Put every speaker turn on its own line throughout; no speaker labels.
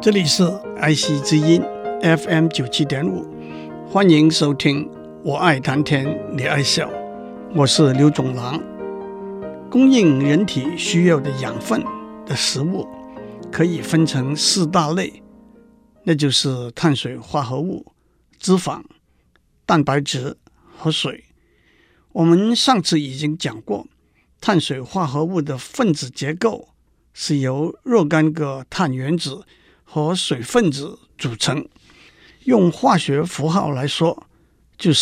这里是爱惜之音 FM 97.5，欢迎收听我爱谈天你爱笑，我是刘总郎。供应人体需要的养分的食物可以分成4大类，那就是碳水化合物、脂肪、蛋白质和水。我们上次已经讲过，碳水化合物的分子结构是由若干个碳原子和水分子组成，用化学符号来说，就是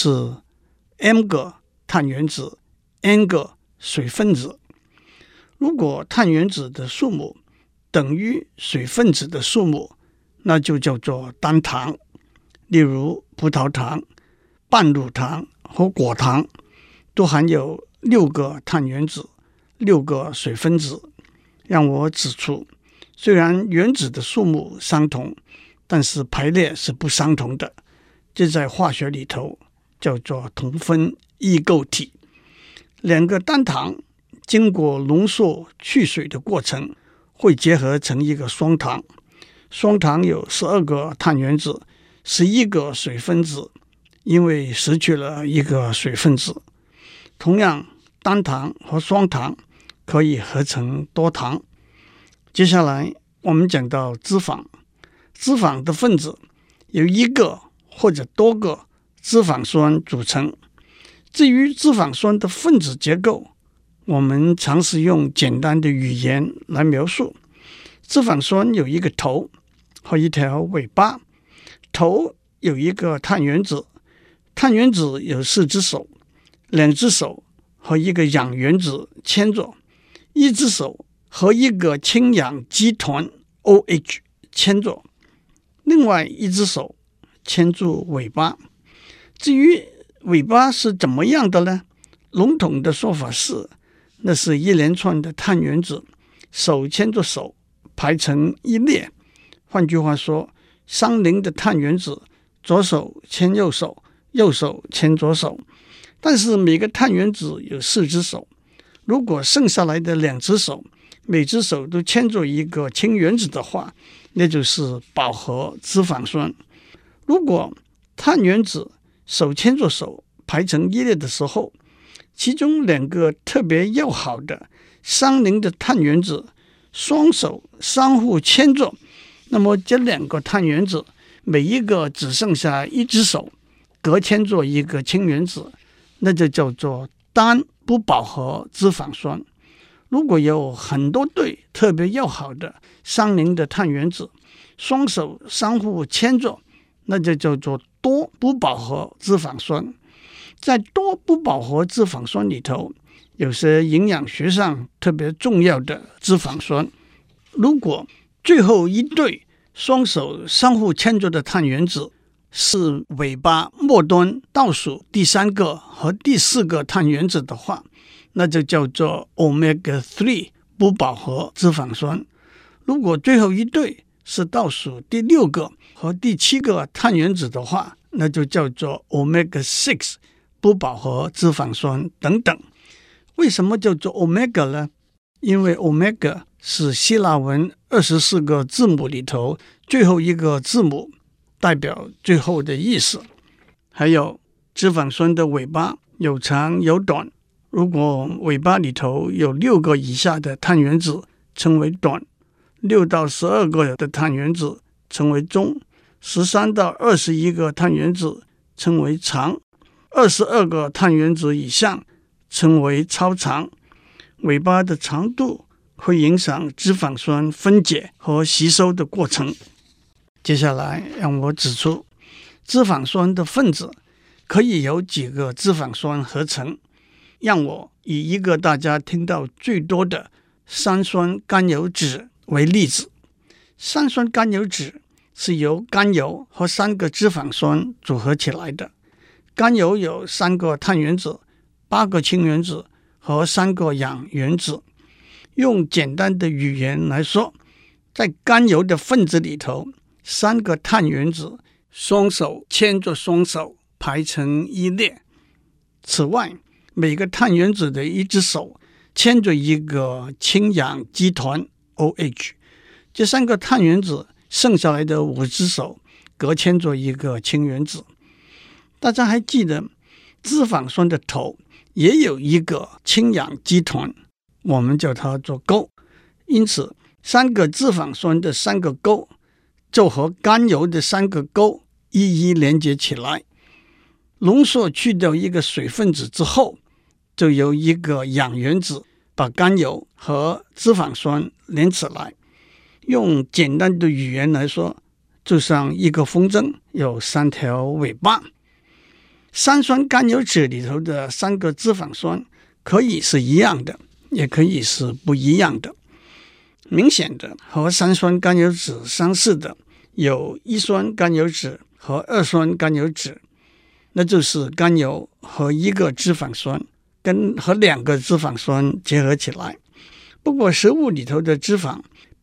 m 个碳原子 n 个水分子。如果碳原子的数目等于水分子的数目，那就叫做单糖。例如葡萄糖、半乳糖和果糖都含有6个碳原子、6个水分子。让我指出，虽然原子的数目相同，但是排列是不相同的，这在化学里头叫做同分异构体。2个单糖经过浓缩去水的过程，会结合成一个双糖。双糖有12个碳原子，11个水分子，因为失去了一个水分子。同样，单糖和双糖可以合成多糖。接下来我们讲到脂肪。脂肪的分子由1个或者多个脂肪酸组成。至于脂肪酸的分子结构，我们尝试用简单的语言来描述。脂肪酸有一个头和一条尾巴。头有一个碳原子，碳原子有4只手，2只手和一个氧原子牵着，1只手和一个氢氧基团 OH 牵着，另外1只手牵住尾巴。至于尾巴是怎么样的呢？笼统的说法是，那是一连串的碳原子手牵着手排成一列。换句话说，相邻的碳原子左手牵右手，右手牵左手，但是每个碳原子有4只手。如果剩下来的2只手每只手都牵着一个氢原子的话，那就是饱和脂肪酸。如果碳原子手牵着手排成一列的时候，其中2个特别要好的相邻的碳原子双手相互牵着，那么这2个碳原子每一个只剩下1只手隔牵着一个氢原子，那就叫做单不饱和脂肪酸。如果有很多对特别要好的相邻的碳原子双手相互牵着，那就叫做多不饱和脂肪酸。在多不饱和脂肪酸里头，有些营养学上特别重要的脂肪酸。如果最后一对双手相互牵着的碳原子是尾巴末端倒数第3个和第4个碳原子的话，那就叫做 Omega-3 不饱和脂肪酸。如果最后一对是倒数第6个和第7个碳原子的话，那就叫做 Omega-6 不饱和脂肪酸等等。为什么叫做 Omega 呢？因为 Omega 是希腊文24个字母里头最后一个字母，代表最后的意思。还有脂肪酸的尾巴有长有短，如果尾巴里头有6个以下的碳原子称为短，6到12个的碳原子称为中，13到21个碳原子称为长，22个碳原子以上称为超长。尾巴的长度会影响脂肪酸分解和吸收的过程。接下来让我指出，脂肪酸的分子可以由几个脂肪酸合成。让我以一个大家听到最多的三酸甘油酯为例子。三酸甘油酯是由甘油和3个脂肪酸组合起来的。甘油有3个碳原子、8个氢原子和3个氧原子。用简单的语言来说，在甘油的分子里头，3个碳原子双手牵着双手排成一列。此外，每个碳原子的1只手牵着一个氢氧基团 OH， 这3个碳原子剩下来的5只手各牵着一个氢原子。大家还记得脂肪酸的头也有一个氢氧基团，我们叫它做钩。因此3个脂肪酸的3个钩就和甘油的3个钩一一连接起来。浓缩去掉一个水分子之后，就由一个氧原子把甘油和脂肪酸连起来。用简单的语言来说，就像一个风筝有3条尾巴。三酸甘油酯里头的3个脂肪酸可以是一样的，也可以是不一样的。明显的和3酸甘油酯相似的有1酸甘油酯和2酸甘油酯，那就是甘油和1个脂肪酸和2个脂肪酸结合起来。不过食物里头的脂肪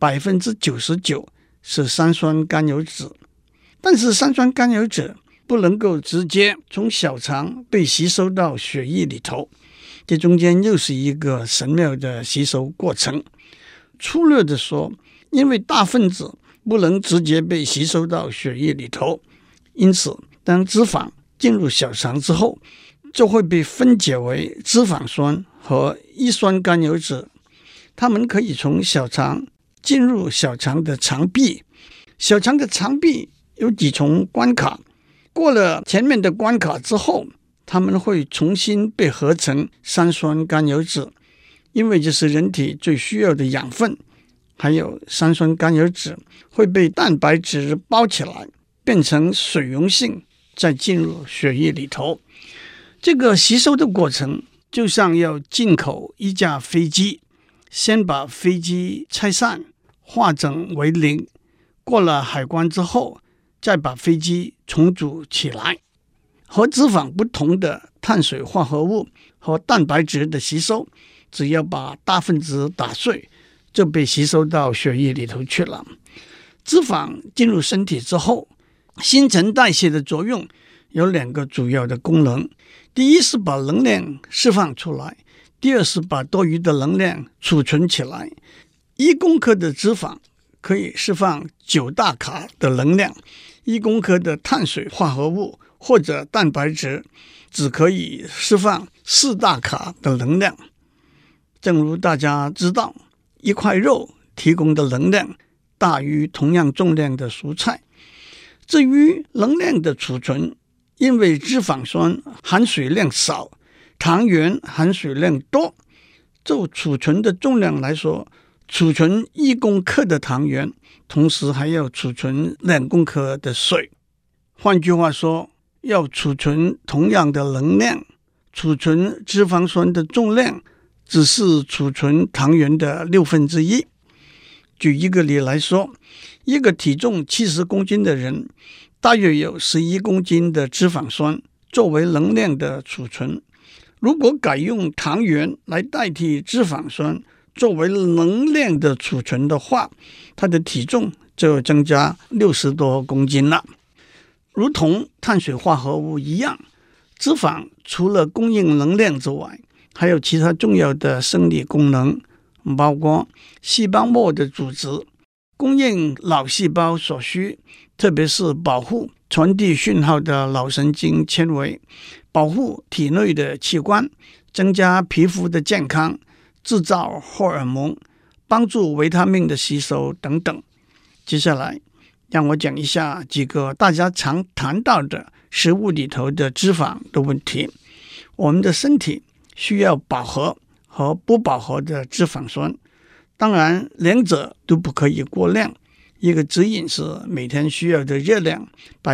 99%是3酸甘油酯，但是3酸甘油酯不能够直接从小肠被吸收到血液里头，这中间又是一个神妙的吸收过程。粗略的说，因为大分子不能直接被吸收到血液里头，因此当脂肪进入小肠之后，就会被分解为脂肪酸和1酸甘油酯。它们可以从小肠进入小肠的肠壁。小肠的肠壁有几重关卡，过了前面的关卡之后，它们会重新被合成3酸甘油酯，因为这是人体最需要的养分。还有3酸甘油酯会被蛋白质包起来，变成水溶性，再进入血液里头。这个吸收的过程就像要进口一架飞机，先把飞机拆散，化整为零，过了海关之后，再把飞机重组起来。和脂肪不同的碳水化合物和蛋白质的吸收，只要把大分子打碎，就被吸收到血液里头去了。脂肪进入身体之后，新陈代谢的作用有2个主要的功能。第一是把能量释放出来，第二是把多余的能量储存起来。1公克的脂肪可以释放9大卡的能量，1公克的碳水化合物或者蛋白质只可以释放4大卡的能量。正如大家知道，一块肉提供的能量大于同样重量的蔬菜。至于能量的储存，因为脂肪酸含水量少，糖原含水量多，就储存的重量来说，储存1公克的糖原，同时还要储存2公克的水。换句话说，要储存同样的能量，储存脂肪酸的重量只是储存糖原的1/6。举一个例来说，一个体重70公斤的人，大约有11公斤的脂肪酸作为能量的储存。如果改用糖原来代替脂肪酸作为能量的储存的话，他的体重就增加60多公斤了。如同碳水化合物一样，脂肪除了供应能量之外，还有其他重要的生理功能，包括细胞膜的组织，供应脑细胞所需，特别是保护传递讯号的脑神经纤维，保护体内的器官，增加皮肤的健康，制造荷尔蒙，帮助维他命的吸收等等。接下来让我讲一下几个大家常谈到的食物里头的脂肪的问题。我们的身体需要饱和和不饱和的脂肪酸，当然2者都不可以过量。一个指引是每天需要的热量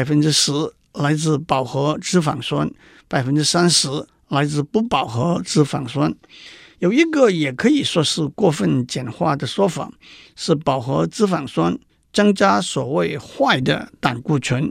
10% 来自饱和脂肪酸， 30% 来自不饱和脂肪酸。有一个也可以说是过分简化的说法，是饱和脂肪酸增加所谓坏的胆固醇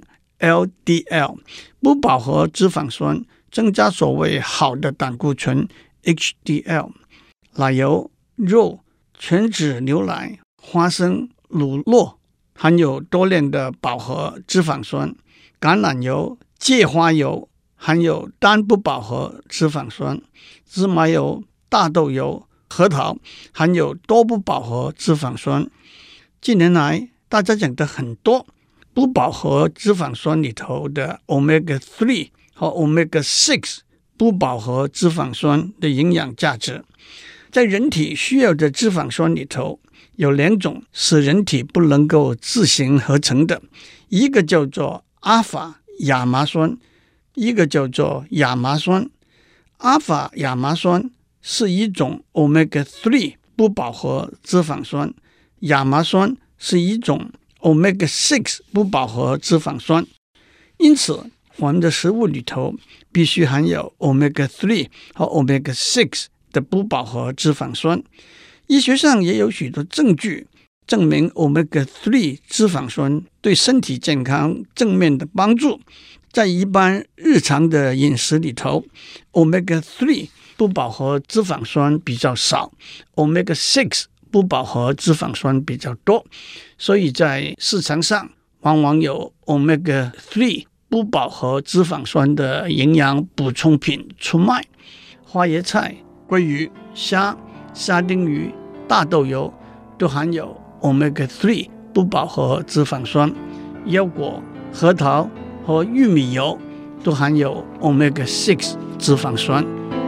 LDL， 不饱和脂肪酸增加所谓好的胆固醇 HDL。 奶油、肉、全脂牛奶、花生、乳酪含有多量的饱和脂肪酸，橄榄油、芥花油含有单不饱和脂肪酸，芝麻油、大豆油、核桃含有多不饱和脂肪酸。近年来大家讲的很多不饱和脂肪酸里头的 Omega-3 和 Omega-6 不饱和脂肪酸的营养价值。在人体需要的脂肪酸里头，有2种是人体不能够自行合成的，一个叫做阿尔法亚麻酸，一个叫做亚麻酸。阿尔法亚麻酸是一种 Omega-3 不饱和脂肪酸，亚麻酸是一种 Omega-6 不饱和脂肪酸。因此我们的食物里头必须含有 Omega-3 和 Omega-6 的不饱和脂肪酸。医学上也有许多证据证明 Omega-3 脂肪酸对身体健康正面的帮助。在一般日常的饮食里头， Omega-3 不饱和脂肪酸比较少， Omega-6 不饱和脂肪酸比较多，所以在市场上往往有 Omega-3 不饱和脂肪酸的营养补充品出卖。花椰菜、鲑鱼、虾、沙丁鱼、大豆油都含有 Omega-3 不饱和脂肪酸，腰果、核桃和玉米油都含有 Omega-6 脂肪酸。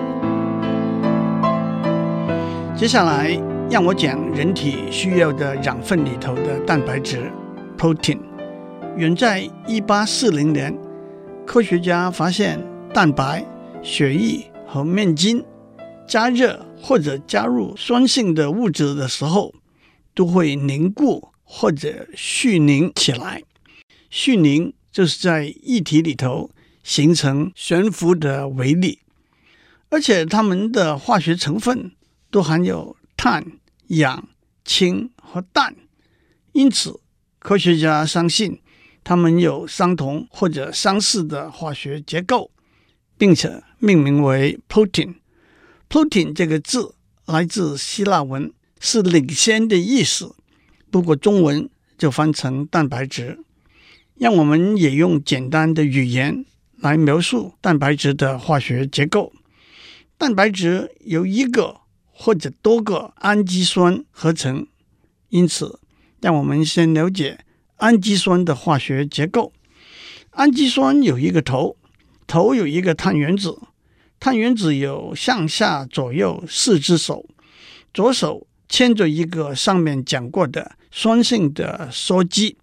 接下来让我讲人体需要的养分里头的蛋白质 Protein。 远在1840年，科学家发现蛋白、血液和面筋加热或者加入酸性的物质的时候都会凝固或者絮凝起来。絮凝就是在液体里头形成悬浮的微粒，而且它们的化学成分都含有碳、氧、氢和氮，因此科学家相信它们有相同或者相似的化学结构，并且命名为 Protein。Protein 这个字来自希腊文，是领先的意思，不过中文就翻成蛋白质。让我们也用简单的语言来描述蛋白质的化学结构。蛋白质由一个或者多个氨基酸合成，因此让我们先了解氨基酸的化学结构。氨基酸有一个头有一个碳原子，碳原子有上下左右4只手，左手牵着一个上面讲过的酸性的羧基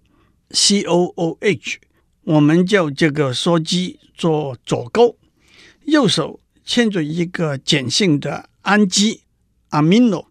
COOH， 我们叫这个羧基做左钩。右手牵着一个碱性的氨基 Amino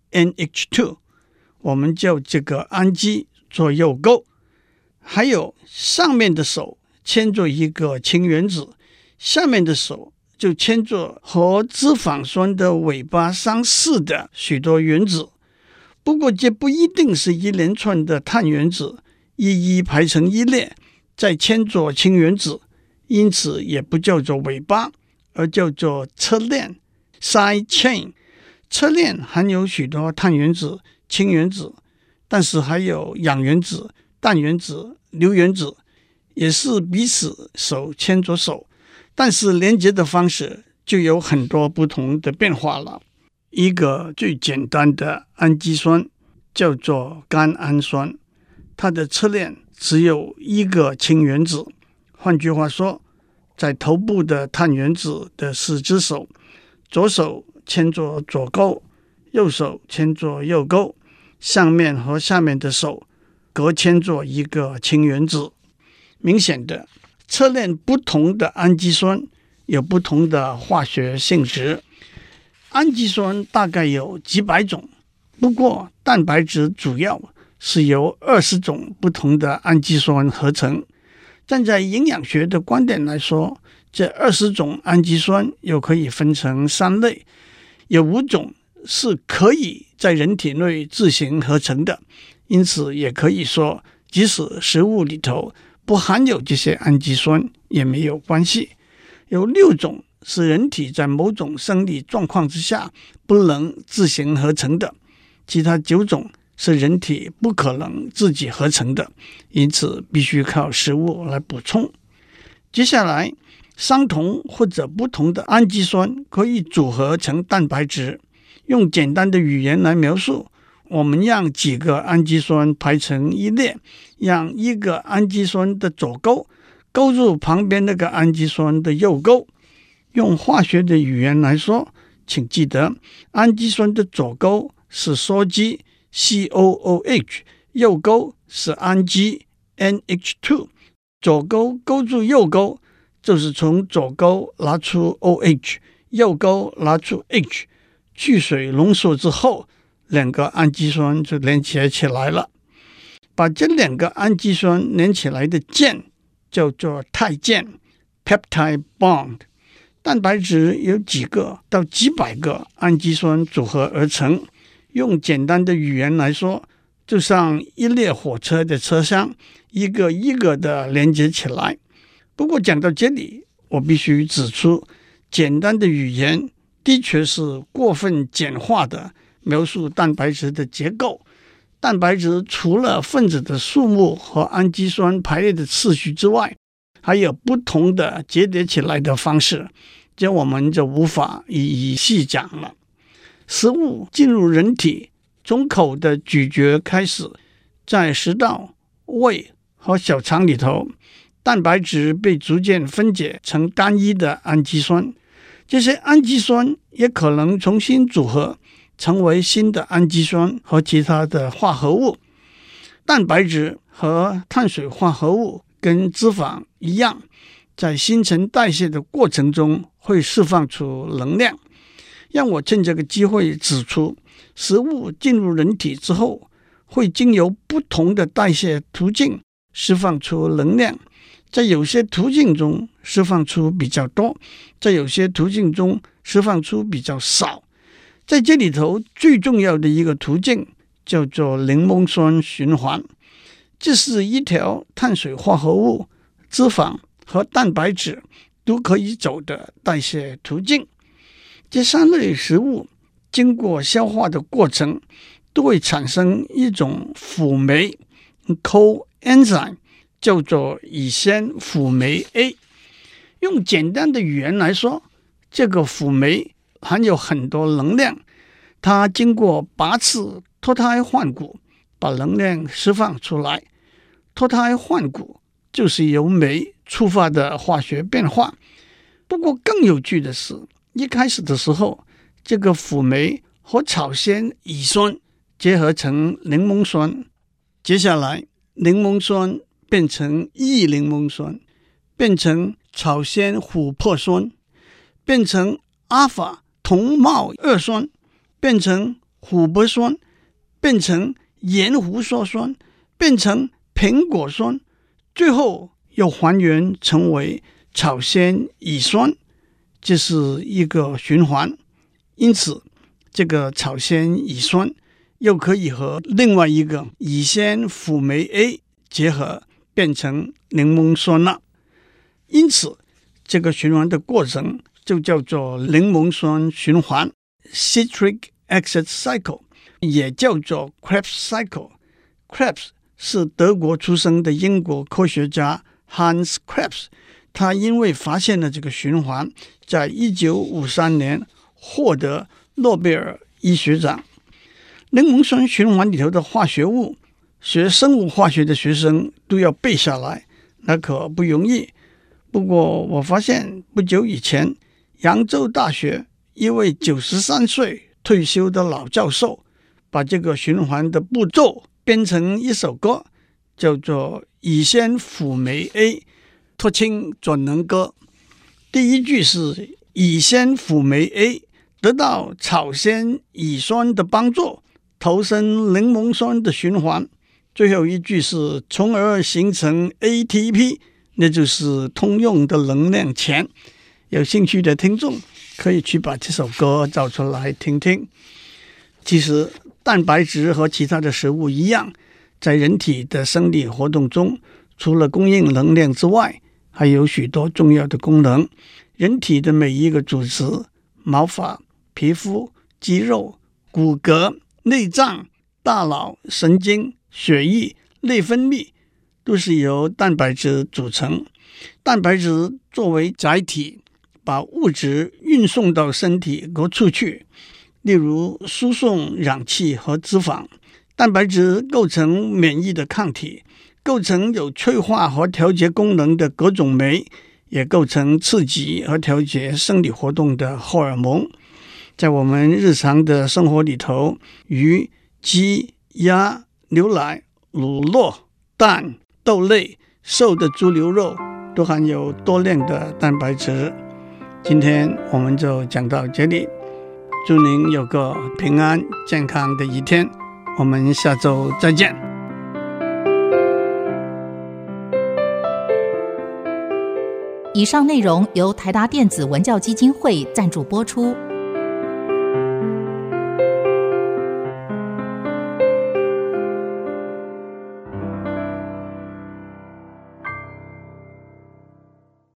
NH2， 我们叫这个氨基做右钩。还有上面的手牵着一个氢原子，下面的手就牵着和脂肪酸的尾巴相似的许多原子。不过这不一定是一连串的碳原子一一排成一列，再牵着氢原子，因此也不叫做尾巴，而叫做车链 side chain。 车链含有许多碳原子、氢原子，但是还有氧原子、氮原子、硫原子，也是彼此手牵着手，但是连接的方式就有很多不同的变化了。一个最简单的氨基酸叫做甘氨酸，它的侧链只有一个氢原子。换句话说，在头部的碳原子的4只手，左手牵着左钩，右手牵着右钩，上面和下面的手各牵着一个氢原子。明显的，侧链不同的氨基酸有不同的化学性质。氨基酸大概有几百种，不过蛋白质主要是由20种不同的氨基酸合成。站在营养学的观点来说，这20种氨基酸又可以分成3类，有5种是可以在人体内自行合成的，因此也可以说即使食物里头不含有这些氨基酸也没有关系。有6种是人体在某种生理状况之下不能自行合成的，其他9种是人体不可能自己合成的，因此必须靠食物来补充。接下来，相同或者不同的氨基酸可以组合成蛋白质。用简单的语言来描述， 我们让几个氨基酸排成一列，让一个氨基酸的左钩勾住旁边那个氨基酸的右钩。用化学的语言来说，请记得氨基酸的左钩是羧基 COOH， 右钩是氨基 NH2。 左钩勾住右钩，就是从左钩拿出 OH， 右钩拿出 H， 去水浓缩之后，两个氨基酸就连接起来了。把这两个氨基酸连起来的键叫做肽键 peptide bond。 蛋白质有几个到几百个氨基酸组合而成，用简单的语言来说，就像一列火车的车厢，一个一个的连接起来。不过讲到这里，我必须指出，简单的语言的确是过分简化的描述蛋白质的结构。蛋白质除了分子的数目和氨基酸排列的次序之外，还有不同的结叠起来的方式，这我们就无法一一细讲了。食物进入人体，从口的咀嚼开始，在食道、胃和小肠里头，蛋白质被逐渐分解成单一的氨基酸，这些氨基酸也可能重新组合成为新的氨基酸和其他的化合物。蛋白质和碳水化合物跟脂肪一样，在新陈代谢的过程中会释放出能量。让我趁这个机会指出，食物进入人体之后，会经由不同的代谢途径释放出能量，在有些途径中释放出比较多，在有些途径中释放出比较少。在这里头最重要的一个途径叫做柠檬酸循环，这是一条碳水化合物、脂肪和蛋白质都可以走的代谢途径。这三类食物经过消化的过程，都会产生一种辅酶 coenzyme， 叫做乙酰辅酶 A。 用简单的语言来说，这个辅酶含有很多能量，它经过8次脱胎换骨，把能量释放出来。脱胎换骨就是由酶触发的化学变化。不过更有趣的是，一开始的时候，这个辅酶和草酰乙酸结合成柠檬酸，接下来柠檬酸变成异柠檬酸，变成草酰琥珀酸，变成阿法酮茂二酸，变成琥珀酸，变成盐胡硝酸，变成苹果酸，最后又还原成为草酰乙酸，这是一个循环。因此这个草酰乙酸又可以和另外一个乙酰辅酶 A 结合，变成柠檬酸了。因此这个循环的过程就叫做柠檬酸循环 Citric Acid Cycle， 也叫做 Krebs Cycle。Krebs 是德国出生的英国科学家 Hans Krebs， 他因为发现了这个循环，在1953年获得诺贝尔医学奖。柠檬酸循环里头的化学物，学生物化学的学生都要背下来，那可不容易。不过我发现不久以前，扬州大学一位93岁退休的老教授，把这个循环的步骤编成一首歌，叫做乙酰辅酶 A 脱氢转能歌。第一句是乙酰辅酶 A 得到草酰乙酸的帮助，投身柠檬酸的循环。最后一句是从而形成 ATP， 那就是通用的能量钱。有兴趣的听众可以去把这首歌找出来听听。其实蛋白质和其他的食物一样，在人体的生理活动中，除了供应能量之外，还有许多重要的功能。人体的每一个组织，毛发、皮肤、肌肉、骨骼、内脏、大脑、神经、血液、内分泌，都是由蛋白质组成。蛋白质作为载体，把物质运送到身体各处去，例如输送氧气和脂肪， 蛋白质构成免疫的抗体，构成有催化和调节功能的各种酶，也构成刺激和调节生理活动的荷尔蒙。在我们日常的生活里头，鱼、鸡、鸭、牛奶、乳酪、蛋、豆类、瘦的猪牛肉都含有多量的蛋白质。今天我们就讲到这里，祝您有个平安健康的一天，我们下周再见。
以上内容由台达电子文教基金会赞助播出。